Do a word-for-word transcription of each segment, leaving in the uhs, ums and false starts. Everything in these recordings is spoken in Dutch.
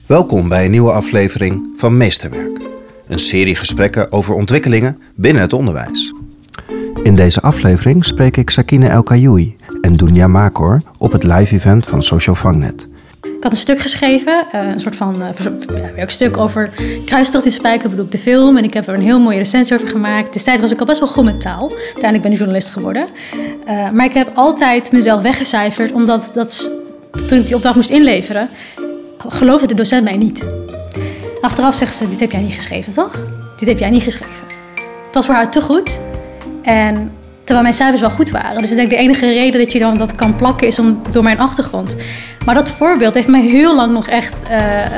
Welkom bij een nieuwe aflevering van Meesterwerk. Een serie gesprekken over ontwikkelingen binnen het onderwijs. In deze aflevering spreek ik Sakine El Kayoui en Dunja Makor op het live-event van Social Vangnet. Ik had een stuk geschreven, een soort van uh, werkstuk over Kruistocht in Spijkenbroek, de film. En ik heb er een heel mooie recensie over gemaakt. Destijds was ik al best wel goed met taal. Uiteindelijk ben ik journalist geworden. Uh, maar ik heb altijd mezelf weggecijferd, omdat dat, toen ik die opdracht moest inleveren, geloofde de docent mij niet. Achteraf zegt ze, dit heb jij niet geschreven, toch? Dit heb jij niet geschreven. Het was voor haar te goed. En terwijl mijn cijfers wel goed waren. Dus ik denk de enige reden dat je dan dat kan plakken is om, door mijn achtergrond. Maar dat voorbeeld heeft mij heel lang nog echt... Uh,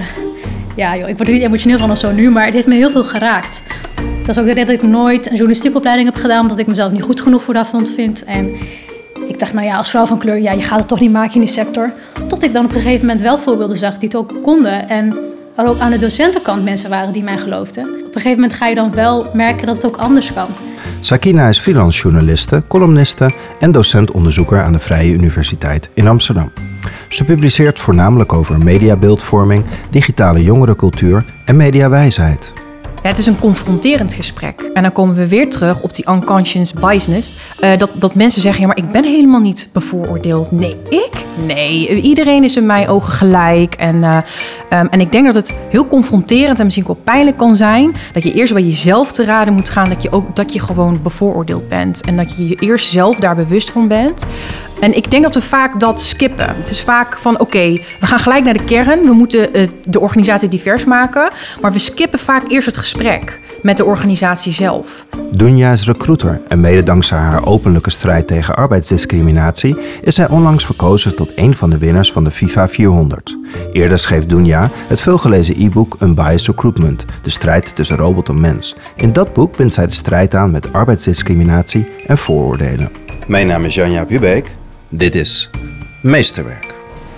ja, joh, ik word er niet emotioneel van of zo nu, maar het heeft me heel veel geraakt. Dat is ook de reden dat ik nooit een journalistieke opleiding heb gedaan, omdat ik mezelf niet goed genoeg voor daarvan vind. En ik dacht, nou ja, als vrouw van kleur, ja, je gaat het toch niet maken in die sector. Tot ik dan op een gegeven moment wel voorbeelden zag die het ook konden. En er ook aan de docentenkant mensen waren die mij geloofden. Op een gegeven moment ga je dan wel merken dat het ook anders kan. Sakine is freelance journaliste, columniste en docent-onderzoeker aan de Vrije Universiteit in Amsterdam. Ze publiceert voornamelijk over mediabeeldvorming, digitale jongerencultuur en mediawijsheid. Ja, het is een confronterend gesprek. En dan komen we weer terug op die unconscious biasness. Uh, dat, dat mensen zeggen, ja, maar ik ben helemaal niet bevooroordeeld. Nee, ik? Nee, iedereen is in mijn ogen gelijk. En, uh, um, en ik denk dat het heel confronterend en misschien ook wel pijnlijk kan zijn. Dat je eerst bij jezelf te raden moet gaan dat je, ook, dat je gewoon bevooroordeeld bent. En dat je je eerst zelf daar bewust van bent. En ik denk dat we vaak dat skippen. Het is vaak van, oké, okay, we gaan gelijk naar de kern. We moeten uh, de organisatie divers maken. Maar we skippen vaak eerst het gesprek met de organisatie zelf. Dunja is recruiter en mede dankzij haar openlijke strijd tegen arbeidsdiscriminatie is zij onlangs verkozen tot een van de winnaars van de FIFA vierhonderd. Eerder schreef Dunja het veelgelezen e-book Unbiased Recruitment, de strijd tussen robot en mens. In dat boek bindt zij de strijd aan met arbeidsdiscriminatie en vooroordelen. Mijn naam is Jan-Jaap Hubeek. Dit is Meesterwerk.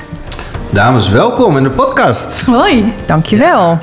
Dames, welkom in de podcast. Hoi. Dankjewel.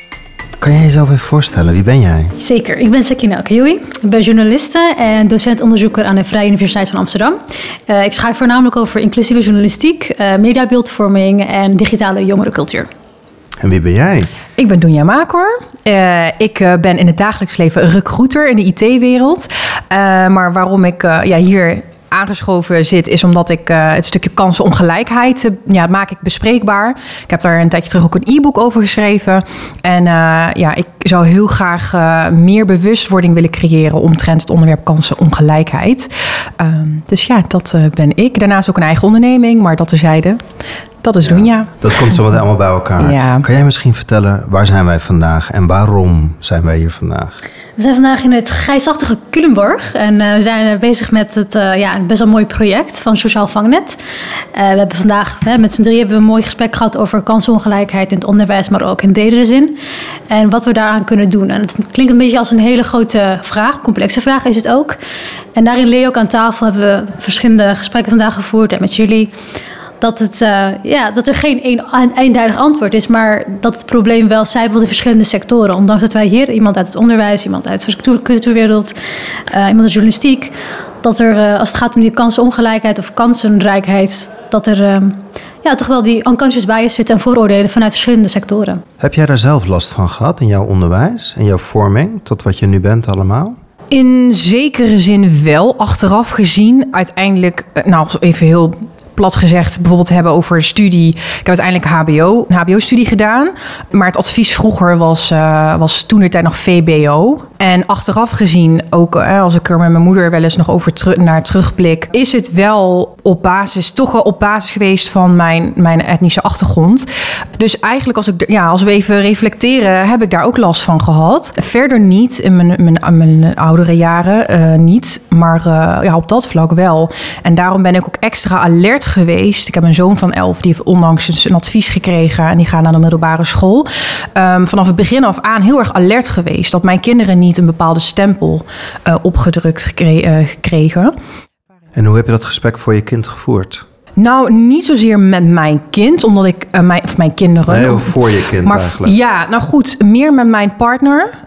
Kan jij jezelf even voorstellen? Wie ben jij? Zeker. Ik ben Sakine El Kayoui. Ik ben journaliste en docent-onderzoeker aan de Vrije Universiteit van Amsterdam. Uh, ik schrijf voornamelijk over inclusieve journalistiek, uh, mediabeeldvorming en digitale jongerencultuur. En wie ben jij? Ik ben Dunja Makor. Uh, ik uh, ben in het dagelijks leven recruiter in de I T-wereld. Uh, maar waarom ik uh, ja, hier aangeschoven zit, is omdat ik uh, het stukje kansenongelijkheid, uh, ja, dat maak ik bespreekbaar. Ik heb daar een tijdje terug ook een e-book over geschreven. En uh, ja, ik zou heel graag uh, meer bewustwording willen creëren omtrent het onderwerp kansenongelijkheid. Uh, dus ja, dat uh, ben ik. Daarnaast ook een eigen onderneming, maar dat terzijde. Dat is ja, Dunja. Dat komt zo wat allemaal bij elkaar. Ja. Kan jij misschien vertellen, waar zijn wij vandaag en waarom zijn wij hier vandaag? We zijn vandaag in het grijsachtige Culemborg en uh, we zijn bezig met het uh, ja, een best wel mooi project van Social Vangnet. Uh, we hebben vandaag hè, met z'n drie hebben we een mooi gesprek gehad over kansenongelijkheid in het onderwijs, maar ook in bredere zin. En wat we daaraan kunnen doen. En het klinkt een beetje als een hele grote vraag, complexe vraag is het ook. En daarin leer je ook aan tafel, hebben we verschillende gesprekken vandaag gevoerd en met jullie. Dat, het, uh, ja, dat er geen een, eenduidig antwoord is, maar dat het probleem wel zijpelt in verschillende sectoren. Ondanks dat wij hier, iemand uit het onderwijs, iemand uit de cultuurwereld, uh, iemand uit de journalistiek, dat er, uh, als het gaat om die kansenongelijkheid of kansenrijkheid, dat er uh, ja, toch wel die unconscious bias zit en vooroordelen vanuit verschillende sectoren. Heb jij daar zelf last van gehad in jouw onderwijs, in jouw vorming, tot wat je nu bent allemaal? In zekere zin wel, achteraf gezien. Uiteindelijk, nou even heel plat gezegd, bijvoorbeeld hebben over studie. Ik heb uiteindelijk H B O, een H B O-studie gedaan. Maar het advies vroeger was, uh, was toentertijd nog V B O. En achteraf gezien, ook uh, als ik er met mijn moeder wel eens nog over teru- naar terugblik, is het wel op basis, toch wel op basis geweest van mijn, mijn etnische achtergrond. Dus eigenlijk, als, ik, ja, als we even reflecteren, heb ik daar ook last van gehad. Verder niet, in mijn, mijn, mijn oudere jaren uh, niet, maar uh, ja, op dat vlak wel. En daarom ben ik ook extra alert geweest. Ik heb een zoon van elf, die heeft onlangs een advies gekregen en die gaat naar de middelbare school. Um, vanaf het begin af aan heel erg alert geweest dat mijn kinderen niet een bepaalde stempel uh, opgedrukt gekre- uh, kregen. En hoe heb je dat gesprek voor je kind gevoerd? Nou, niet zozeer met mijn kind, omdat ik uh, mijn, of mijn kinderen. Nee, voor je kind maar, eigenlijk. Ja, nou goed, meer met mijn partner.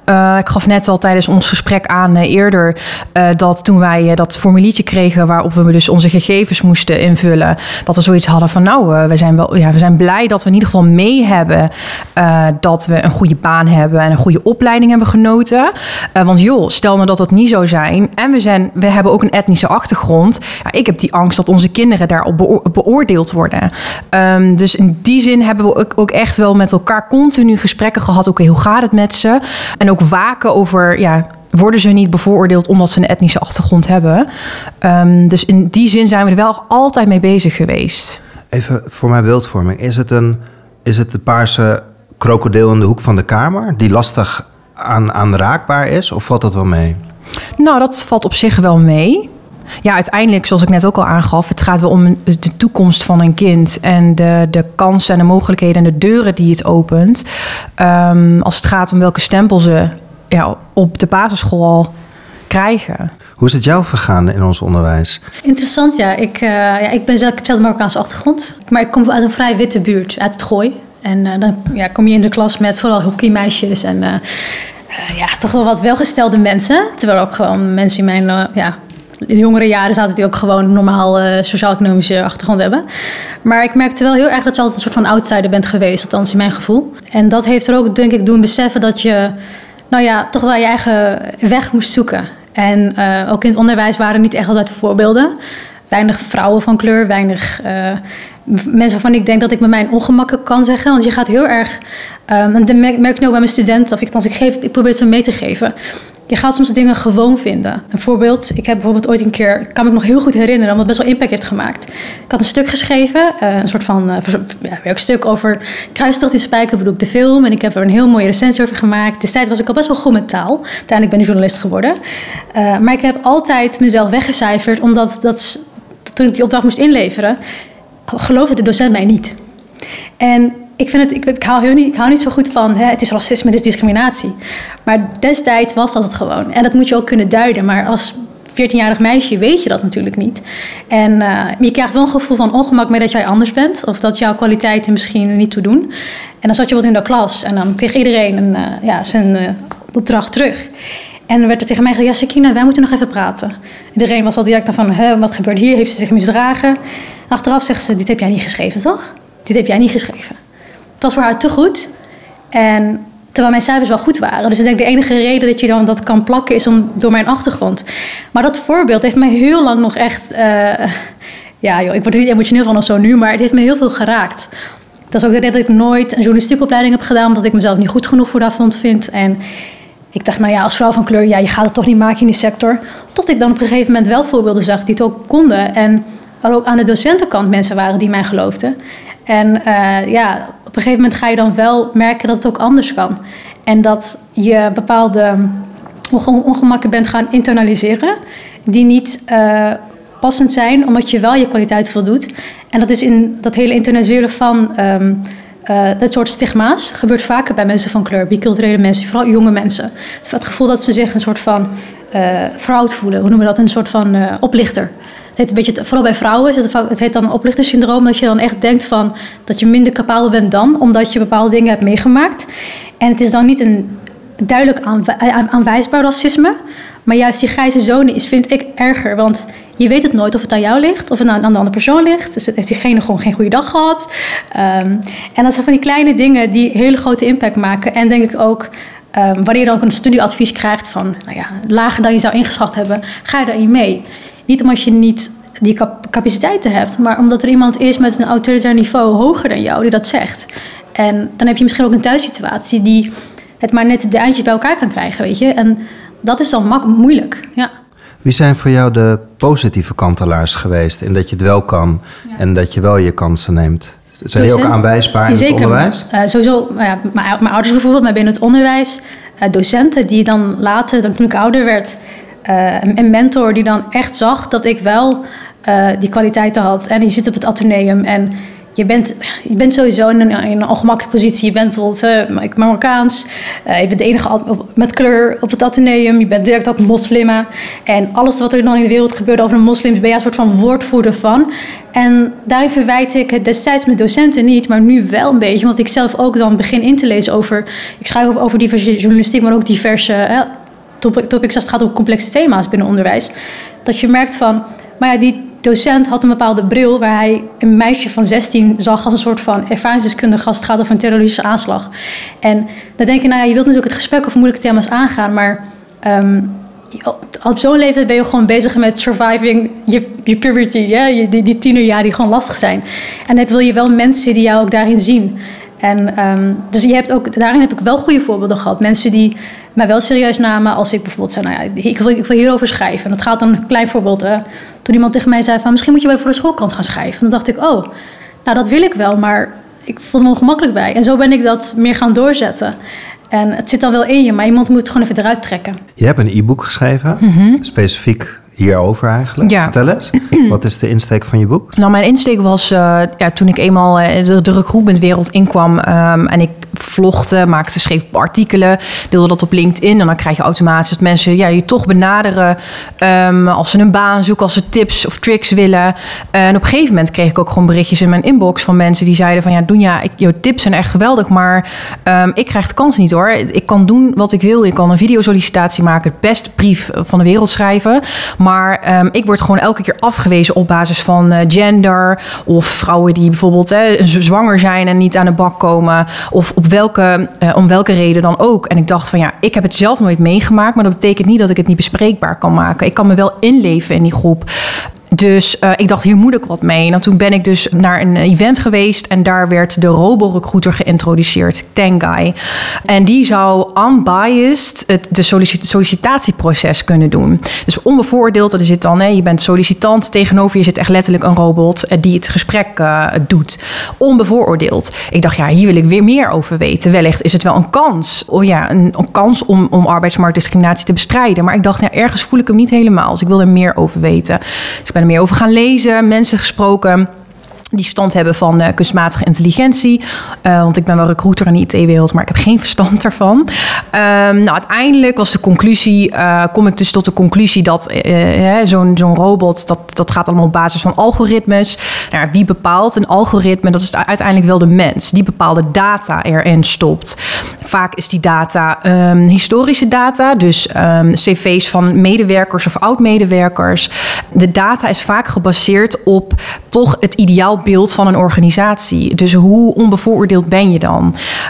Uh, ik gaf net al tijdens ons gesprek aan uh, eerder... Uh, dat toen wij uh, dat formuliertje kregen... waarop we dus onze gegevens moesten invullen... dat we zoiets hadden van... nou, uh, we, zijn wel, ja, we zijn blij dat we in ieder geval mee hebben... Uh, dat we een goede baan hebben... en een goede opleiding hebben genoten. Uh, want joh, stel nou dat dat niet zou zijn... en we, zijn, we hebben ook een etnische achtergrond... Ja, ik heb die angst dat onze kinderen daarop beoor- beoordeeld worden. Um, dus in die zin hebben we ook, ook echt wel met elkaar... continu gesprekken gehad. Oké, okay, hoe gaat het met ze? En ook waken over... ja, worden ze niet bevooroordeeld omdat ze een etnische achtergrond hebben. Um, dus in die zin zijn we er wel altijd mee bezig geweest. Even voor mijn beeldvorming. Is het, een, is het de paarse krokodil in de hoek van de kamer... die lastig aan, aanraakbaar is? Of valt dat wel mee? Nou, dat valt op zich wel mee. Ja, uiteindelijk, zoals ik net ook al aangaf... het gaat wel om de toekomst van een kind... en de, de kansen en de mogelijkheden en de deuren die het opent. Um, als het gaat om welke stempel ze ja, op de basisschool al krijgen. Hoe is het jou vergaan in ons onderwijs? Interessant, ja. Ik, uh, ja, ik, ben zelf, ik heb zelf een Marokkaanse achtergrond. Maar ik kom uit een vrij witte buurt, uit het Gooi. En uh, dan ja, kom je in de klas met vooral hockeymeisjes... en uh, uh, ja, toch wel wat welgestelde mensen. Terwijl ook gewoon mensen in mijn... Uh, ja, in de jongere jaren zaten die ook gewoon normaal uh, sociaal-economische achtergrond hebben. Maar ik merkte wel heel erg dat je altijd een soort van outsider bent geweest. Althans in mijn gevoel. En dat heeft er ook, denk ik, doen beseffen dat je... nou ja, toch wel je eigen weg moest zoeken. En uh, ook in het onderwijs waren niet echt altijd voorbeelden. Weinig vrouwen van kleur, weinig uh, mensen waarvan ik denk dat ik met mijn ongemakken kan zeggen. Want je gaat heel erg... Um, en dat merk ik nu ook bij mijn studenten. Of ik, als ik geef, ik probeer het zo mee te geven. Je gaat soms dingen gewoon vinden. Een voorbeeld, ik heb bijvoorbeeld ooit een keer... ik kan me nog heel goed herinneren, omdat het best wel impact heeft gemaakt. Ik had een stuk geschreven, uh, een soort van uh, ja, werkstuk over Kruistocht in Spijkenbroek, de film. En ik heb er een heel mooie recensie over gemaakt. Destijds was ik al best wel goed met taal. Uiteindelijk ben ik journalist geworden. Uh, maar ik heb altijd mezelf weggecijferd, omdat dat, toen ik die opdracht moest inleveren... geloofde de docent mij niet. En... Ik, vind het, ik, ik, hou heel niet, ik hou niet zo goed van, hè, het is racisme, het is discriminatie. Maar destijds was dat het gewoon. En dat moet je ook kunnen duiden. Maar als veertienjarig meisje weet je dat natuurlijk niet. En uh, je krijgt wel een gevoel van ongemak mee dat jij anders bent. Of dat jouw kwaliteiten misschien niet toe doen. En dan zat je wat in de klas. En dan kreeg iedereen een, uh, ja, zijn uh, opdracht terug. En dan werd er tegen mij gezegd, ja, Sakina, wij moeten nog even praten. Iedereen was al direct van, hè, wat gebeurt hier? Heeft ze zich misdragen? En achteraf zegt ze, dit heb jij niet geschreven, toch? Dit heb jij niet geschreven. Het was voor haar te goed. En terwijl mijn cijfers wel goed waren. Dus ik denk de enige reden dat je dan dat kan plakken is om, door mijn achtergrond. Maar dat voorbeeld heeft mij heel lang nog echt... Uh, ja, joh, ik word er niet emotioneel van of zo nu, maar het heeft me heel veel geraakt. Dat is ook de reden dat ik nooit een journalistieke opleiding heb gedaan, omdat ik mezelf niet goed genoeg voor daarvan vind. En ik dacht, nou ja, als vrouw van kleur, ja, je gaat het toch niet maken in die sector. Tot ik dan op een gegeven moment wel voorbeelden zag die het ook konden. En ook aan de docentenkant mensen waren die mij geloofden. En uh, ja, op een gegeven moment ga je dan wel merken dat het ook anders kan. En dat je bepaalde ongemakken bent gaan internaliseren, die niet uh, passend zijn, omdat je wel je kwaliteit voldoet. En dat is in dat hele internaliseren van um, uh, dat soort stigma's gebeurt vaker bij mensen van kleur, biculturele mensen, vooral jonge mensen. Het gevoel dat ze zich een soort van uh, veroud voelen, hoe noemen we dat, een soort van uh, oplichter. Het heet een beetje, vooral bij vrouwen is het, het heet dan een oplichterssyndroom, dat je dan echt denkt van dat je minder capabel bent dan, omdat je bepaalde dingen hebt meegemaakt. En het is dan niet een duidelijk aanwijsbaar racisme, maar juist die grijze zone is, vind ik, erger. Want je weet het nooit of het aan jou ligt, of het aan de andere persoon ligt. Dus heeft diegene gewoon geen goede dag gehad. Um, en dat zijn van die kleine dingen die hele grote impact maken. En denk ik ook, um, wanneer je dan ook een studieadvies krijgt van, nou ja, lager dan je zou ingeschat hebben, ga je daarin mee. Niet omdat je niet die cap- capaciteiten hebt, maar omdat er iemand is met een autoritair niveau hoger dan jou die dat zegt. En dan heb je misschien ook een thuissituatie die het maar net de eindjes bij elkaar kan krijgen, weet je. En dat is dan mak- moeilijk, ja. Wie zijn voor jou de positieve kantelaars geweest in dat je het wel kan ja. en dat je wel je kansen neemt? Zijn die ook aanwijsbaar in Zeker, het onderwijs? Uh, sowieso, uh, ja, mijn, mijn ouders bijvoorbeeld, maar binnen het onderwijs, uh, docenten die dan later, toen ik ouder werd, Uh, een mentor die dan echt zag dat ik wel uh, die kwaliteiten had. En je zit op het ateneum en je bent, je bent sowieso in een, in een ongemakkelijke positie. Je bent bijvoorbeeld uh, Marokkaans. Uh, je bent de enige op, met kleur op het ateneum. Je bent direct ook moslimmen. En alles wat er dan in de wereld gebeurt over de moslims, ben je een soort van woordvoerder van. En daarin verwijt ik het destijds met docenten niet, maar nu wel een beetje. Want ik zelf ook dan begin in te lezen over... Ik schrijf over, over diverse journalistiek, maar ook diverse uh, topics als het gaat om complexe thema's binnen onderwijs. Dat je merkt van, maar ja, die docent had een bepaalde bril waar hij een meisje van zestien zag als een soort van ervaringsdeskundige als het gaat over een terroristische aanslag. En dan denk je, nou ja, je wilt natuurlijk het gesprek over moeilijke thema's aangaan, maar um, op zo'n leeftijd ben je gewoon bezig met surviving je, je puberty, yeah? die, die tienerjaren die gewoon lastig zijn. En dan wil je wel mensen die jou ook daarin zien. En um, dus je hebt ook, daarin heb ik wel goede voorbeelden gehad. Mensen die mij wel serieus namen als ik bijvoorbeeld zei, nou ja, ik wil, ik wil hierover schrijven. En dat gaat dan een klein voorbeeld. Uh, toen iemand tegen mij zei van, misschien moet je wel voor de schoolkrant gaan schrijven. En dan dacht ik, oh, nou dat wil ik wel, maar ik voelde me ongemakkelijk bij. En zo ben ik dat meer gaan doorzetten. En het zit dan wel in je, maar iemand moet het gewoon even eruit trekken. Je hebt een e-book geschreven, mm-hmm. specifiek hierover eigenlijk. Ja. Vertel eens, wat is de insteek van je boek? Nou, mijn insteek was uh, ja, toen ik eenmaal uh, de, de recruitmentwereld inkwam um, en ik vlogde, maakte, schreef artikelen, deelde dat op LinkedIn en dan krijg je automatisch dat mensen ja, je toch benaderen um, als ze een baan zoeken, als ze tips of tricks willen. Uh, en op een gegeven moment kreeg ik ook gewoon berichtjes in mijn inbox van mensen die zeiden van ja, Dunja, ik, jouw tips zijn echt geweldig, maar um, ik krijg de kans niet hoor. Ik kan doen wat ik wil. Ik kan een videosollicitatie maken, het beste brief van de wereld schrijven. Maar um, ik word gewoon elke keer afgewezen op basis van uh, gender. Of vrouwen die bijvoorbeeld hè, zwanger zijn en niet aan de bak komen. Of op welke, uh, om welke reden dan ook. En ik dacht van ja, ik heb het zelf nooit meegemaakt. Maar dat betekent niet dat ik het niet bespreekbaar kan maken. Ik kan me wel inleven in die groep. Dus uh, ik dacht, hier moet ik wat mee. En toen ben ik dus naar een event geweest en daar werd de robo-recruiter geïntroduceerd, Tengai. En die zou unbiased het de sollicit- sollicitatieproces kunnen doen. Dus onbevooroordeeld, er zit dan, hè, je bent sollicitant, tegenover je zit echt letterlijk een robot die het gesprek uh, doet. Onbevooroordeeld. Ik dacht, ja, hier wil ik weer meer over weten. Wellicht is het wel een kans, oh ja, een, een kans om, om arbeidsmarktdiscriminatie te bestrijden. Maar ik dacht, ja, ergens voel ik hem niet helemaal. Dus ik wil er meer over weten. Dus ik ben er meer over gaan lezen, mensen gesproken die verstand hebben van uh, kunstmatige intelligentie. Uh, want ik ben wel recruiter in de I T-wereld, maar ik heb geen verstand daarvan. Um, nou, uiteindelijk was de conclusie, uh, kom ik dus tot de conclusie dat uh, hè, zo'n, zo'n robot, dat, dat gaat allemaal op basis van algoritmes. Nou, wie bepaalt een algoritme? Dat is uiteindelijk wel de mens, die bepaalde data erin stopt. Vaak is die data um, historische data, dus um, cv's van medewerkers of oud-medewerkers. De data is vaak gebaseerd op toch het ideaal beeld van een organisatie. Dus hoe onbevooroordeeld ben je dan?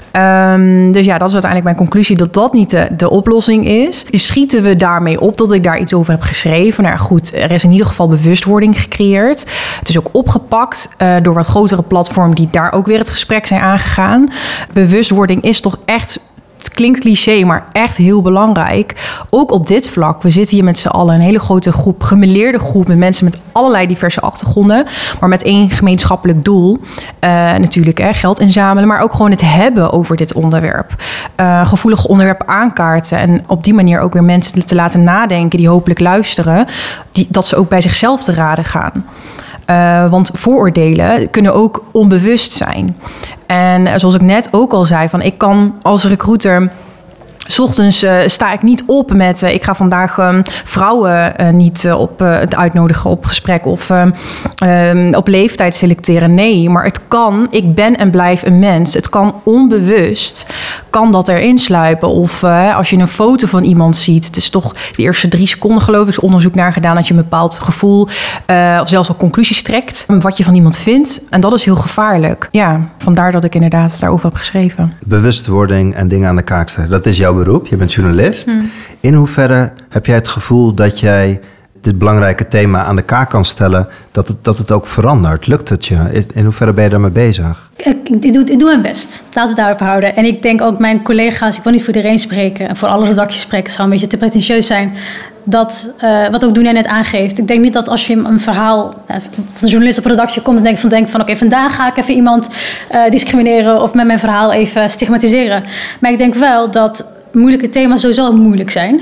Um, dus ja, dat is uiteindelijk mijn conclusie, dat dat niet de, de oplossing is. Dus schieten we daarmee op dat ik daar iets over heb geschreven? Nou ja, goed, er is in ieder geval bewustwording gecreëerd. Het is ook opgepakt uh, door wat grotere platformen die daar ook weer het gesprek zijn aangegaan. Bewustwording is toch echt, het klinkt cliché, maar echt heel belangrijk. Ook op dit vlak. We zitten hier met z'n allen een hele grote groep, gemêleerde groep met mensen met allerlei diverse achtergronden, maar met één gemeenschappelijk doel. Uh, natuurlijk hè, geld inzamelen, maar ook gewoon het hebben over dit onderwerp. Uh, gevoelige onderwerpen aankaarten en op die manier ook weer mensen te laten nadenken die hopelijk luisteren, die, dat ze ook bij zichzelf te raden gaan. Uh, want vooroordelen kunnen ook onbewust zijn. En uh, zoals ik net ook al zei, van ik kan als recruiter 's ochtends uh, sta ik niet op met uh, ik ga vandaag um, vrouwen uh, niet uh, op uh, het uitnodigen op gesprek of uh, um, op leeftijd selecteren. Nee, maar het kan. Ik ben en blijf een mens. Het kan onbewust, kan dat erin sluipen. Of uh, als je een foto van iemand ziet, het is toch de eerste drie seconden geloof ik, is onderzoek naar gedaan dat je een bepaald gevoel uh, of zelfs al conclusies trekt wat je van iemand vindt. En dat is heel gevaarlijk. Ja, vandaar dat ik inderdaad daarover heb geschreven. Bewustwording en dingen aan de kaak zetten, dat is jouw beroep. Je bent journalist. Hmm. In hoeverre heb jij het gevoel dat jij dit belangrijke thema aan de kaak kan stellen, dat het, dat het ook verandert? Lukt het je? In hoeverre ben je daarmee bezig? Ik, ik, doe, ik doe mijn best. Laat het daarop houden. En ik denk ook mijn collega's, ik wil niet voor iedereen spreken en voor alle redacties spreken, het zou een beetje te pretentieus zijn. Dat, uh, wat ook Dunja net aangeeft. Ik denk niet dat als je een verhaal, uh, een journalist op een redactie komt en denkt van, denkt van oké, okay, vandaag ga ik even iemand uh, discrimineren of met mijn verhaal even stigmatiseren. Maar ik denk wel dat moeilijke thema's sowieso moeilijk zijn.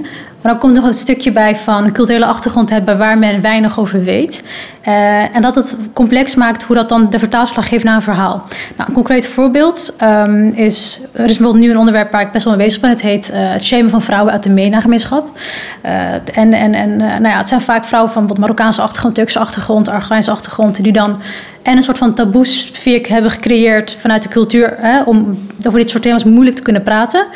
Maar dan komt nog een stukje bij van een culturele achtergrond hebben waar men weinig over weet. Uh, en dat het complex maakt hoe dat dan de vertaalslag geeft naar een verhaal. Nou, een concreet voorbeeld um, is, er is bijvoorbeeld nu een onderwerp waar ik best wel mee bezig ben. Het heet uh, het shamen van vrouwen uit de MENA-gemeenschap. Uh, en en, en uh, nou ja, het zijn vaak vrouwen van wat Marokkaanse achtergrond, Turkse achtergrond, Argentijnse achtergrond, die dan en een soort van taboesfeer hebben gecreëerd vanuit de cultuur, hè, om over dit soort thema's moeilijk te kunnen praten.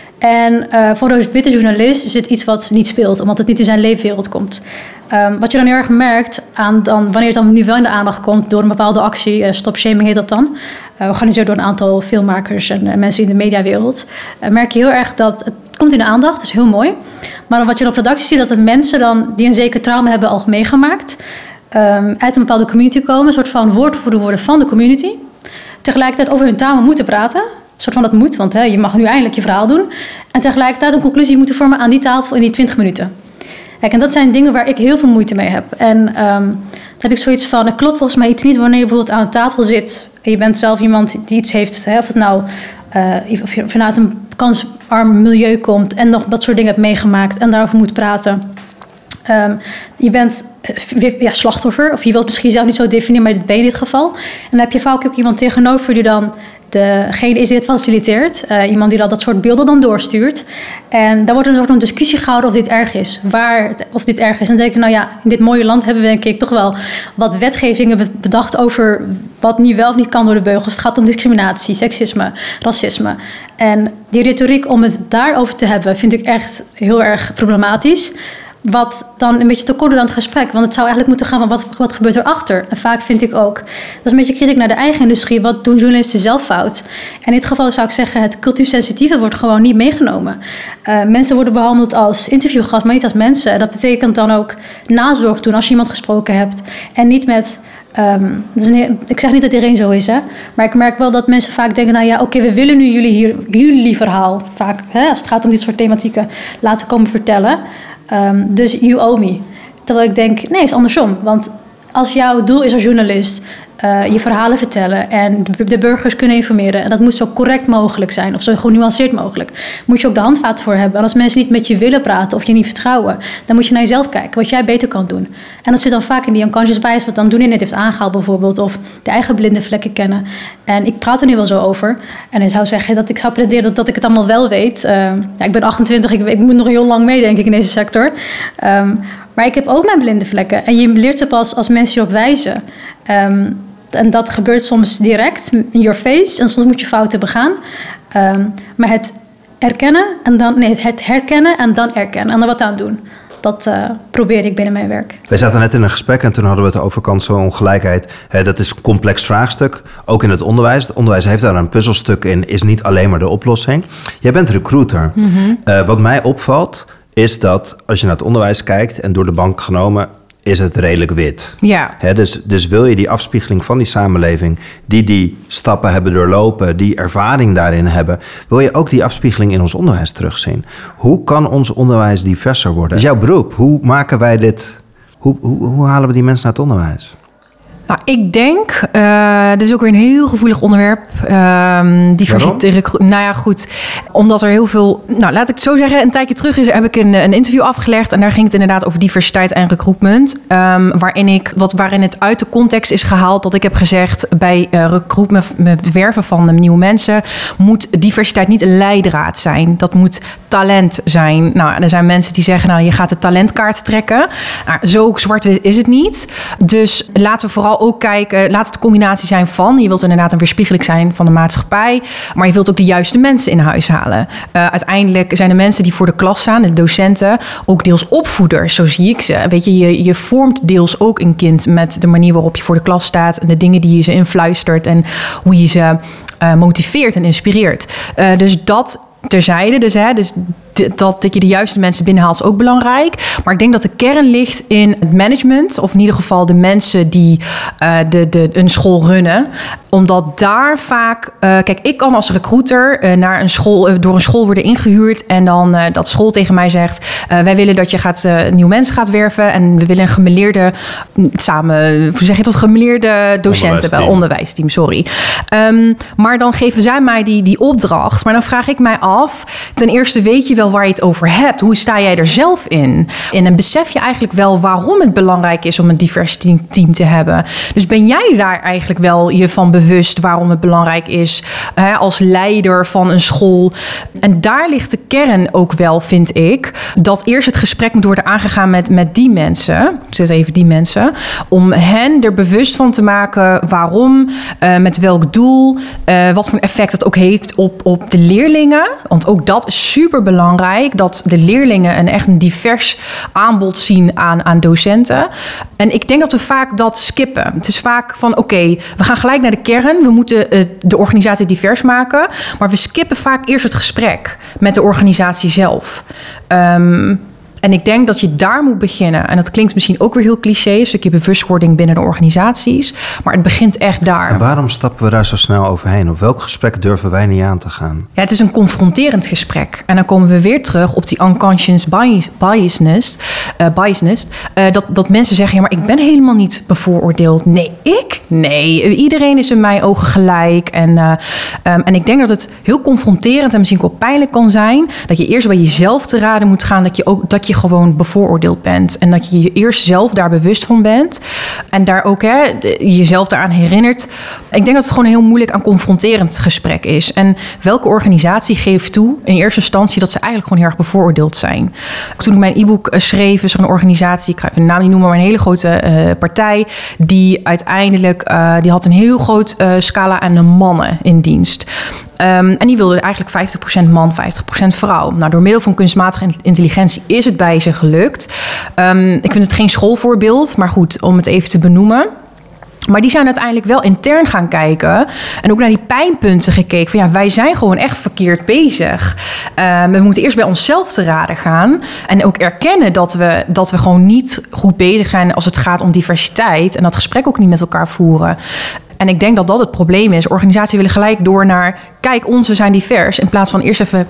En uh, voor een witte journalist is het iets wat niet speelt, omdat het niet in zijn leefwereld komt. Um, wat je dan heel erg merkt, aan dan, wanneer het dan nu wel in de aandacht komt door een bepaalde actie, uh, Stop Shaming heet dat dan, uh, georganiseerd door een aantal filmmakers en uh, mensen in de mediawereld, uh, merk je heel erg dat het komt in de aandacht, dat is heel mooi. Maar dan wat je op productie ziet, dat het mensen dan die een zeker trauma hebben al meegemaakt, um, uit een bepaalde community komen, een soort van woordvoerder worden van de community, tegelijkertijd over hun trauma moeten praten. Een soort van dat moet, want hè, je mag nu eindelijk je verhaal doen. En tegelijkertijd een conclusie moeten vormen aan die tafel in die twintig minuten. Kijk, en dat zijn dingen waar ik heel veel moeite mee heb. En um, dan heb ik zoiets van, het klopt volgens mij iets niet wanneer je bijvoorbeeld aan tafel zit en je bent zelf iemand die iets heeft, hè, of het nou uh, of je vanuit een kansarm milieu komt en nog dat soort dingen hebt meegemaakt en daarover moet praten. Um, je bent ja, slachtoffer, of je wilt misschien zelf niet zo definiëren, maar dit ben je in dit geval. En dan heb je vaak ook iemand tegenover die dan degene is die het faciliteert. Uh, iemand die dat, dat soort beelden dan doorstuurt. En daar wordt een soort van discussie gehouden of dit erg is. Waar het, of dit erg is. En dan denk ik, nou ja, in dit mooie land hebben we denk ik toch wel wat wetgevingen bedacht over wat niet wel of niet kan door de beugels. Het gaat om discriminatie, seksisme, racisme. En die retoriek om het daarover te hebben vind ik echt heel erg problematisch. Wat dan een beetje tekort doet aan het gesprek. Want het zou eigenlijk moeten gaan van wat, wat gebeurt erachter. En vaak vind ik ook, dat is een beetje kritiek naar de eigen industrie. Wat doen journalisten zelf fout? En in dit geval zou ik zeggen, het cultuursensitieve wordt gewoon niet meegenomen. Uh, mensen worden behandeld als interviewgast, maar niet als mensen. Dat betekent dan ook nazorg doen als je iemand gesproken hebt. En niet met Um, dus een, ik zeg niet dat iedereen zo is, hè, maar ik merk wel dat mensen vaak denken, nou ja, oké, okay, we willen nu jullie hier jullie verhaal vaak, hè, als het gaat om dit soort thematieken, laten komen vertellen. Um, dus you owe me. Terwijl ik denk, nee, het is andersom. Want als jouw doel is als journalist uh, je verhalen vertellen en de, de burgers kunnen informeren, en dat moet zo correct mogelijk zijn of zo genuanceerd mogelijk, moet je ook de handvaten voor hebben. En als mensen niet met je willen praten of je niet vertrouwen, dan moet je naar jezelf kijken wat jij beter kan doen. En dat zit dan vaak in die unconscious bias, wat dan Doenja net heeft aangehaald bijvoorbeeld, of de eigen blinde vlekken kennen. En ik praat er nu wel zo over. En ik zou zeggen dat ik zou pretenderen dat, dat ik het allemaal wel weet. Uh, ja, ik ben achtentwintig, ik, ik moet nog heel lang mee, denk ik, in deze sector. Um, maar ik heb ook mijn blinde vlekken. En je leert ze pas als mensen je op wijzen. Um, en dat gebeurt soms direct, in your face. En soms moet je fouten begaan. Um, maar het erkennen en dan, nee, het herkennen en dan erkennen. En er wat aan doen. Dat uh, probeer ik binnen mijn werk. Wij zaten net in een gesprek en toen hadden we het over kansenongelijkheid. He, dat is een complex vraagstuk, ook in het onderwijs. Het onderwijs heeft daar een puzzelstuk in, is niet alleen maar de oplossing. Jij bent recruiter. Mm-hmm. Uh, wat mij opvalt is dat als je naar het onderwijs kijkt en door de bank genomen, is het redelijk wit. Ja. He, dus, dus wil je die afspiegeling van die samenleving, die die stappen hebben doorlopen, die ervaring daarin hebben, wil je ook die afspiegeling in ons onderwijs terugzien. Hoe kan ons onderwijs diverser worden? Dat is jouw beroep. Hoe maken wij dit? Hoe, hoe, hoe halen we die mensen naar het onderwijs? Nou, ik denk, uh, dit is ook weer een heel gevoelig onderwerp. Uh, diversiteit. Nou ja, goed. Omdat er heel veel, nou laat ik het zo zeggen, een tijdje terug is, heb ik een, een interview afgelegd. En daar ging het inderdaad over diversiteit en recruitment. Um, waarin ik, wat, waarin het uit de context is gehaald dat ik heb gezegd, bij uh, recruitment, met werven van uh, nieuwe mensen, moet diversiteit niet een leidraad zijn. Dat moet talent zijn. Nou, er zijn mensen die zeggen, nou, je gaat de talentkaart trekken. Nou, zo zwart-wit is het niet. Dus laten we vooral ook kijken, laat het een combinatie zijn van, je wilt inderdaad een weerspiegeling zijn van de maatschappij, maar je wilt ook de juiste mensen in huis halen. Uh, uiteindelijk zijn de mensen die voor de klas staan, de docenten, ook deels opvoeders, zo zie ik ze. Weet je, je, je vormt deels ook een kind met de manier waarop je voor de klas staat en de dingen die je ze influistert en hoe je ze uh, motiveert en inspireert. Uh, dus dat terzijde, dus, hè, dus dat, dat je de juiste mensen binnenhaalt is ook belangrijk. Maar ik denk dat de kern ligt in het management, of in ieder geval de mensen die uh, de, de, een school runnen. Omdat daar vaak, uh, kijk, ik kan als recruiter uh, naar een school, uh, door een school worden ingehuurd en dan uh, dat school tegen mij zegt, uh, wij willen dat je gaat uh, nieuwe mensen gaat werven en we willen een gemeleerde, samen, hoe zeg je dat, gemeleerde docenten, wel onderwijsteam, sorry. Um, maar dan geven zij mij die, die opdracht. Maar dan vraag ik mij af, ten eerste weet je wel wel waar je het over hebt. Hoe sta jij er zelf in? En dan besef je eigenlijk wel waarom het belangrijk is om een divers team te hebben. Dus ben jij daar eigenlijk wel je van bewust waarom het belangrijk is, hè, als leider van een school? En daar ligt de kern ook wel, vind ik, dat eerst het gesprek moet worden aangegaan met, met die mensen. Ik zet even die mensen. Om hen er bewust van te maken waarom, uh, met welk doel, uh, wat voor effect dat ook heeft op, op de leerlingen. Want ook dat is super belangrijk, dat de leerlingen een echt een divers aanbod zien aan, aan docenten. En ik denk dat we vaak dat skippen. Het is vaak van, oké, okay, we gaan gelijk naar de kern. We moeten uh, de organisatie divers maken. Maar we skippen vaak eerst het gesprek met de organisatie zelf. Um, En ik denk dat je daar moet beginnen. En dat klinkt misschien ook weer heel cliché, een stukje bewustwording binnen de organisaties. Maar het begint echt daar. En waarom stappen we daar zo snel overheen? Op welk gesprek durven wij niet aan te gaan? Ja, het is een confronterend gesprek. En dan komen we weer terug op die unconscious bias, biasness. Uh, biasness uh, dat, dat mensen zeggen, ja, maar ik ben helemaal niet bevooroordeeld. Nee, ik? Nee, iedereen is in mijn ogen gelijk. En, uh, um, en ik denk dat het heel confronterend en misschien ook wel pijnlijk kan zijn. Dat je eerst bij jezelf te raden moet gaan dat je ook dat je gewoon bevooroordeeld bent. En dat je je eerst zelf daar bewust van bent. En daar ook hè, jezelf daaraan herinnert. Ik denk dat het gewoon een heel moeilijk en confronterend gesprek is. En welke organisatie geeft toe in eerste instantie dat ze eigenlijk gewoon heel erg bevooroordeeld zijn? Toen ik mijn e-book schreef, is er een organisatie, ik ga even de naam niet noemen, maar een hele grote uh, partij, die uiteindelijk, uh, die had een heel groot uh, scala aan de mannen in dienst. Um, en die wilden eigenlijk vijftig procent man, vijftig procent vrouw. Nou, door middel van kunstmatige intelligentie is het bij ze gelukt. Um, ik vind het geen schoolvoorbeeld, maar goed, om het even te benoemen. Maar die zijn uiteindelijk wel intern gaan kijken. En ook naar die pijnpunten gekeken. Van ja, wij zijn gewoon echt verkeerd bezig. Uh, we moeten eerst bij onszelf te raden gaan. En ook erkennen dat we, dat we gewoon niet goed bezig zijn als het gaat om diversiteit. En dat gesprek ook niet met elkaar voeren. En ik denk dat dat het probleem is. Organisaties willen gelijk door naar, kijk, onze zijn divers. In plaats van eerst even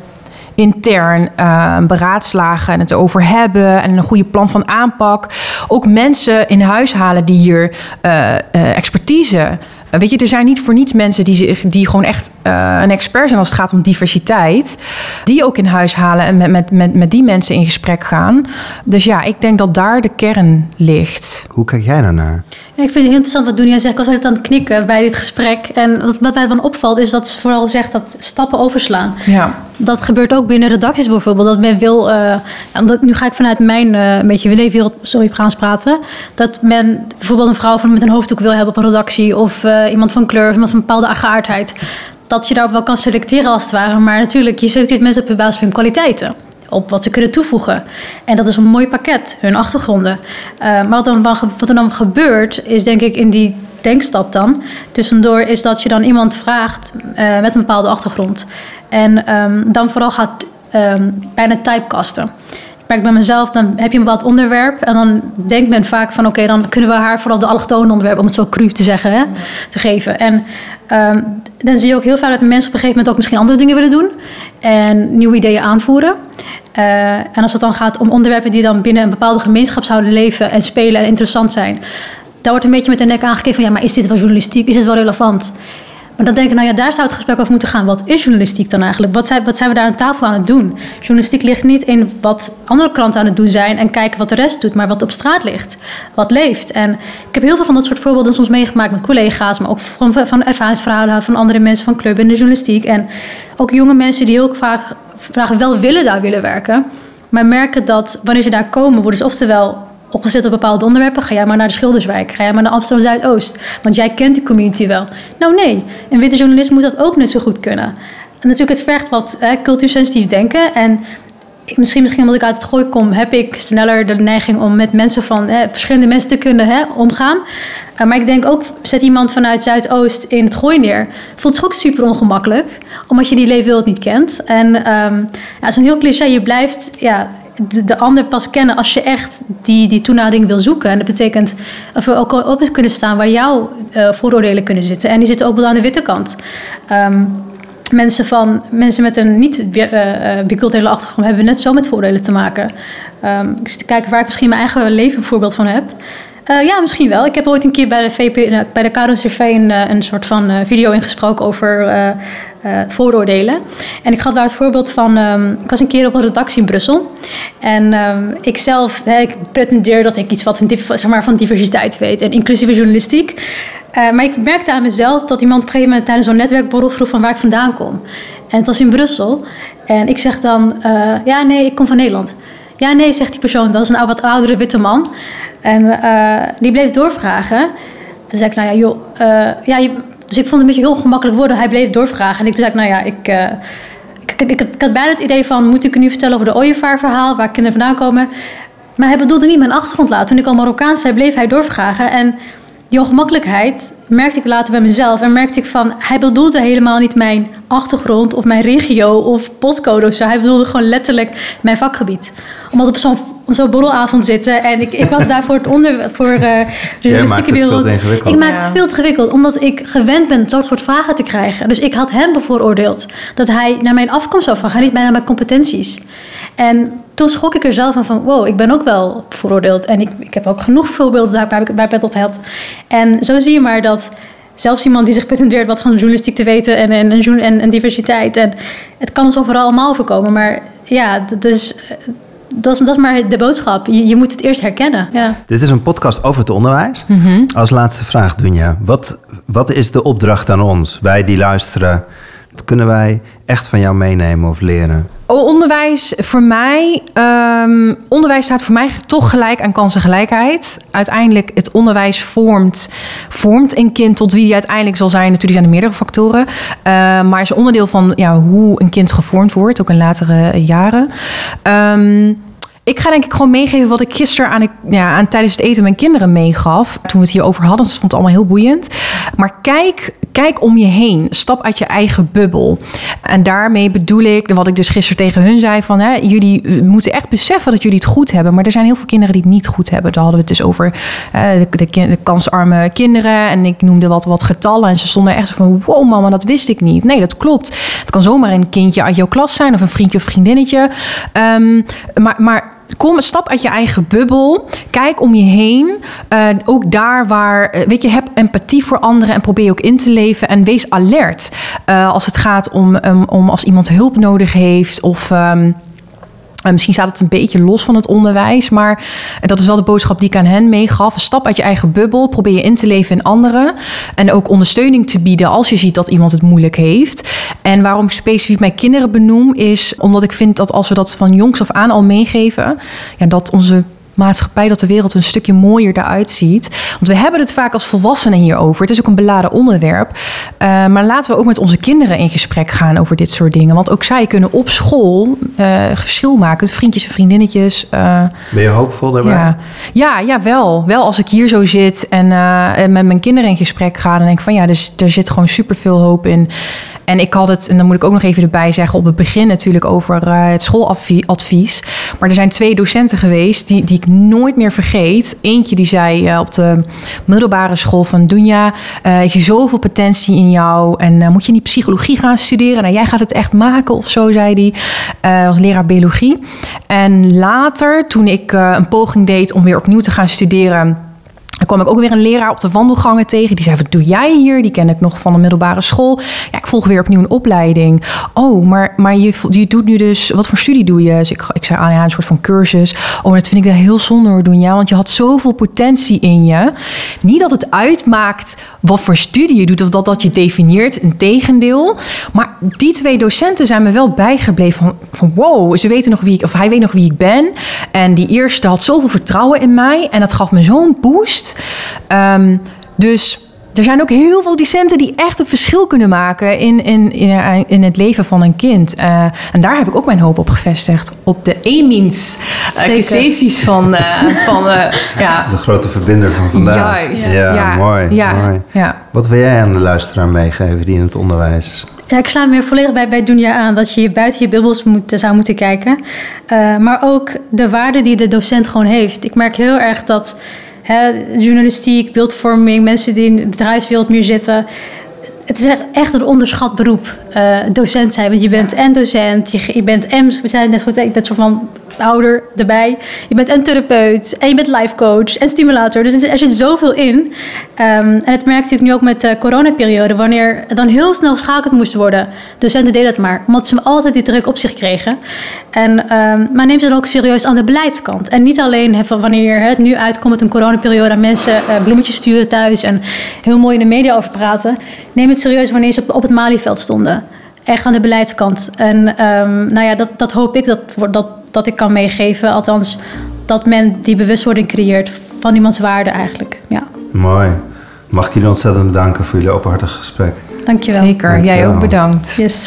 intern uh, beraadslagen en het over hebben en een goede plan van aanpak. Ook mensen in huis halen die hier uh, uh, expertise. Uh, weet je, er zijn niet voor niets mensen die, zich, die gewoon echt uh, een expert zijn als het gaat om diversiteit. Die ook in huis halen en met, met, met, met die mensen in gesprek gaan. Dus ja, ik denk dat daar de kern ligt. Hoe kijk jij daarnaar? Ja, ik vind het heel interessant wat Dunja zegt. Ik was altijd aan het knikken bij dit gesprek. En wat, wat mij dan opvalt is dat ze vooral zegt dat stappen overslaan. Ja. Dat gebeurt ook binnen redacties bijvoorbeeld. Dat men wil, uh, dat, nu ga ik vanuit mijn uh, een beetje leefwereld sorry, Frans praten. Dat men bijvoorbeeld een vrouw van, met een hoofddoek wil hebben op een redactie. Of uh, iemand van kleur of iemand van een bepaalde geaardheid. Dat je daarop wel kan selecteren als het ware. Maar natuurlijk, je selecteert mensen op basis van hun kwaliteiten. Op wat ze kunnen toevoegen. En dat is een mooi pakket, hun achtergronden. Uh, maar wat, dan, wat er dan gebeurt, is denk ik in die denkstap dan. Tussendoor is dat je dan iemand vraagt uh, met een bepaalde achtergrond. En um, dan vooral gaat um, bijna typecasten. Ik merk bij mezelf, dan heb je een bepaald onderwerp. En dan denkt men vaak van, oké, okay, dan kunnen we haar vooral de allochtone onderwerp, om het zo cru te zeggen, hè, ja. te geven. En um, dan zie je ook heel vaak dat de mensen op een gegeven moment ook misschien andere dingen willen doen. En nieuwe ideeën aanvoeren. Uh, en als het dan gaat om onderwerpen die dan binnen een bepaalde gemeenschap zouden leven en spelen en interessant zijn. Daar wordt een beetje met de nek aangekeken van, ja, maar is dit wel journalistiek? Is dit wel relevant? Maar dan denk ik, nou ja, daar zou het gesprek over moeten gaan. Wat is journalistiek dan eigenlijk? Wat zijn, wat zijn we daar aan tafel aan het doen? Journalistiek ligt niet in wat andere kranten aan het doen zijn en kijken wat de rest doet, maar wat op straat ligt, wat leeft. En ik heb heel veel van dat soort voorbeelden soms meegemaakt met collega's, maar ook van, van ervaringsverhalen van andere mensen van club in de journalistiek. En ook jonge mensen die heel vaak vragen wel willen daar willen werken, maar merken dat wanneer ze daar komen, worden ze oftewel opgezet op bepaalde onderwerpen. Ga jij maar naar de Schilderswijk. Ga jij maar naar Amsterdam Zuidoost. Want jij kent die community wel. Nou nee, een witte journalist moet dat ook net zo goed kunnen. En natuurlijk, het vergt wat eh, cultuursensitief denken. En misschien, misschien omdat ik uit het Gooi kom, heb ik sneller de neiging om met mensen van eh, verschillende mensen te kunnen hè, omgaan. Uh, maar ik denk ook, zet iemand vanuit Zuidoost in het Gooi neer. Voelt zich ook super ongemakkelijk. Omdat je die leefwereld niet kent. En um, ja, het is een heel cliché. Je blijft ja, de, de ander pas kennen als je echt die, die toenadering wil zoeken. En dat betekent of we ook op kunnen staan waar jouw uh, vooroordelen kunnen zitten. En die zitten ook wel aan de witte kant. Um, Mensen, van, mensen met een niet uh, biculturele achtergrond hebben net zo met vooroordelen te maken. Um, ik zit te kijken waar ik misschien mijn eigen leven een voorbeeld van heb. Uh, ja, misschien wel. Ik heb ooit een keer bij de, V P, bij de K R O-C V een, een soort van uh, video ingesproken over uh, uh, vooroordelen. En ik gaf daar het voorbeeld van... Um, ik was een keer op een redactie in Brussel. En um, ik zelf, hè, ik pretendeer dat ik iets wat van, zeg maar, van diversiteit weet. En inclusieve journalistiek. Uh, maar ik merkte aan mezelf dat iemand op een gegeven moment... tijdens zo'n netwerkborrel vroeg van waar ik vandaan kom. En het was in Brussel. En ik zeg dan, uh, ja nee, ik kom van Nederland. Ja nee, zegt die persoon, dat is een wat oudere witte man. En uh, die bleef doorvragen. En toen zei ik, nou ja, joh... Uh, ja, je, dus ik vond het een beetje heel gemakkelijk worden. Hij bleef doorvragen. En ik zei, nou ja, ik, uh, ik, ik, ik, ik had bijna het idee van... moet ik u nu vertellen over de ooievaarverhaal... waar kinderen vandaan komen. Maar hij bedoelde niet mijn achtergrond laten. Toen ik al Marokkaans zei, bleef hij doorvragen. En die ongemakkelijkheid merkte ik later bij mezelf. En merkte ik van, hij bedoelde helemaal niet mijn achtergrond... of mijn regio of postcode of zo. Hij bedoelde gewoon letterlijk mijn vakgebied. Omdat op zo'n zo'n borrelavond zitten... en ik, ik was daar voor het onder... voor uh, journalistieke wereld. Ik maak het veel te ingewikkeld. Omdat ik gewend ben dat soort vragen te krijgen. Dus ik had hem bevooroordeeld. Dat hij naar mijn afkomst zou vragen. Niet naar mijn competenties. En toen schrok ik er zelf van... van wow, ik ben ook wel bevooroordeeld. En ik, ik heb ook genoeg voorbeelden waar, waar ik dat had. En zo zie je maar dat... zelfs iemand die zich pretendeert wat van journalistiek te weten... en, en, en, en diversiteit. En het kan ons overal allemaal voorkomen. Maar ja, dat is... Dat is, dat is maar de boodschap. Je, je moet het eerst herkennen. Ja. Dit is een podcast over het onderwijs. Mm-hmm. Als laatste vraag, Dunja. Wat, wat is de opdracht aan ons? Wij die luisteren. Wat kunnen wij echt van jou meenemen of leren? Oh, onderwijs voor mij... Um, onderwijs staat voor mij toch gelijk aan kansengelijkheid. Uiteindelijk, het onderwijs vormt, vormt een kind tot wie die uiteindelijk zal zijn. Natuurlijk zijn er meerdere factoren. Uh, maar is een onderdeel van ja, hoe een kind gevormd wordt. Ook in latere jaren. Um, Ik ga denk ik gewoon meegeven wat ik gisteren aan, ja, aan tijdens het eten mijn kinderen meegaf. Toen we het hierover hadden, dat vond het allemaal heel boeiend. Maar kijk, kijk om je heen. Stap uit je eigen bubbel. En daarmee bedoel ik, wat ik dus gisteren tegen hun zei, van hè, jullie moeten echt beseffen dat jullie het goed hebben. Maar er zijn heel veel kinderen die het niet goed hebben. Daar hadden we het dus over uh, de, de, de kansarme kinderen. En ik noemde wat, wat getallen. En ze stonden echt zo van, wow mama, dat wist ik niet. Nee, dat klopt. Het kan zomaar een kindje uit jouw klas zijn of een vriendje of vriendinnetje. Um, maar... maar Kom, stap uit je eigen bubbel. Kijk om je heen. Uh, ook daar waar, weet je, heb empathie voor anderen en probeer je ook in te leven. En wees alert uh, als het gaat om, um, om als iemand hulp nodig heeft of... Um, Uh, misschien staat het een beetje los van het onderwijs, maar dat is wel de boodschap die ik aan hen meegaf. Stap uit je eigen bubbel, probeer je in te leven in anderen en ook ondersteuning te bieden als je ziet dat iemand het moeilijk heeft. En waarom ik specifiek mijn kinderen benoem is omdat ik vind dat als we dat van jongs af aan al meegeven, ja, dat onze maatschappij, dat de wereld een stukje mooier eruit ziet. Want we hebben het vaak als volwassenen hierover. Het is ook een beladen onderwerp. Uh, maar laten we ook met onze kinderen in gesprek gaan over dit soort dingen. Want ook zij kunnen op school uh, verschil maken. Vriendjes en vriendinnetjes. Uh, ben je hoopvol daarbij? Ja, ja, ja wel. Wel als ik hier zo zit en uh, met mijn kinderen in gesprek ga, dan denk ik van ja, dus, er zit gewoon superveel hoop in. En ik had het, en dan moet ik ook nog even erbij zeggen, op het begin natuurlijk over uh, het schooladvies. Maar er zijn twee docenten geweest die, die ik nooit meer vergeet. Eentje die zei uh, op de middelbare school van Dunja, uh, ik zie zoveel potentie in jou en uh, moet je niet psychologie gaan studeren? Nou, jij gaat het echt maken of zo, zei hij. Uh, als leraar biologie. En later, toen ik uh, een poging deed om weer opnieuw te gaan studeren, dan kwam ik ook weer een leraar op de wandelgangen tegen. Die zei, wat doe jij hier? Die ken ik nog van de middelbare school. Ja, ik volg weer opnieuw een opleiding. Oh, maar, maar je, je doet nu dus... Wat voor studie doe je? Dus ik, ik zei, ah ja, een soort van cursus. Oh, dat vind ik wel heel zonde hoor, doen, ja. Want je had zoveel potentie in je. Niet dat het uitmaakt wat voor studie je doet of dat dat je definieert. Integendeel. Maar die twee docenten zijn me wel bijgebleven van, van wow, ze weten nog wie ik... Of hij weet nog wie ik ben. En die eerste had zoveel vertrouwen in mij. En dat gaf me zo'n boost. Um, dus er zijn ook heel veel docenten die echt een verschil kunnen maken in, in, in, in het leven van een kind. Uh, en daar heb ik ook mijn hoop op gevestigd. Op de Emins uh, sessies van... Uh, van uh, ja. De grote verbinder van vandaag. Juist. Ja, ja. Mooi, ja. mooi. Ja. Wat wil jij aan de luisteraar meegeven die in het onderwijs is? Ja, ik sla me weer volledig bij, bij Dunja aan dat je buiten je bubbels moet, zou moeten kijken. Uh, maar ook de waarde die de docent gewoon heeft. Ik merk heel erg dat... He, journalistiek, beeldvorming, mensen die in de bedrijfswereld meer zitten. Het is echt een onderschat beroep, uh, docent zijn. Want je bent en docent, je, je bent en, we zeiden het net goed, je bent zo van ouder erbij. Je bent en therapeut en je bent life coach en stimulator. Dus er zit zoveel in. Um, en het merkte ik nu ook met de coronaperiode, wanneer dan heel snel geschakeld moest worden. Docenten deden dat maar, omdat ze altijd die druk op zich kregen. En, um, maar neem ze dan ook serieus aan de beleidskant. En niet alleen even wanneer het nu uitkomt met een coronaperiode aan mensen uh, bloemetjes sturen thuis en heel mooi in de media over praten. Neem het serieus wanneer ze op, op het Malieveld stonden. Echt aan de beleidskant. En um, nou ja, dat, dat hoop ik dat, dat, dat ik kan meegeven. Althans, dat men die bewustwording creëert van iemands waarde eigenlijk. Ja. Mooi. Mag ik jullie ontzettend bedanken voor jullie openhartig gesprek. Dankjewel. Zeker, Dankjewel. Jij ook bedankt. Yes.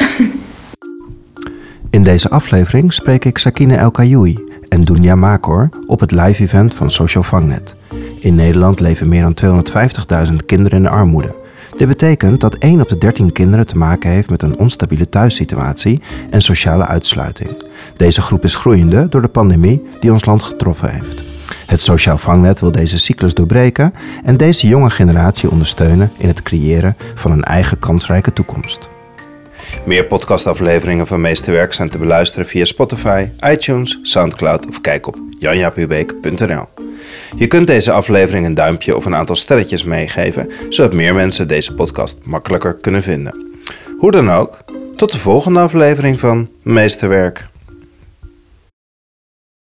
In deze aflevering spreek ik Sakine El Kayoui en Dunja Makor op het live event van Social Vangnet. In Nederland leven meer dan tweehonderdvijftigduizend kinderen in armoede. Dit betekent dat één op de dertien kinderen te maken heeft met een onstabiele thuissituatie en sociale uitsluiting. Deze groep is groeiende door de pandemie die ons land getroffen heeft. Het Sociaal Vangnet wil deze cyclus doorbreken en deze jonge generatie ondersteunen in het creëren van een eigen kansrijke toekomst. Meer podcastafleveringen van Meesterwerk zijn te beluisteren via Spotify, iTunes, Soundcloud of kijk op jan jaap hubeek punt n l. Je kunt deze aflevering een duimpje of een aantal sterretjes meegeven, zodat meer mensen deze podcast makkelijker kunnen vinden. Hoe dan ook, tot de volgende aflevering van Meesterwerk.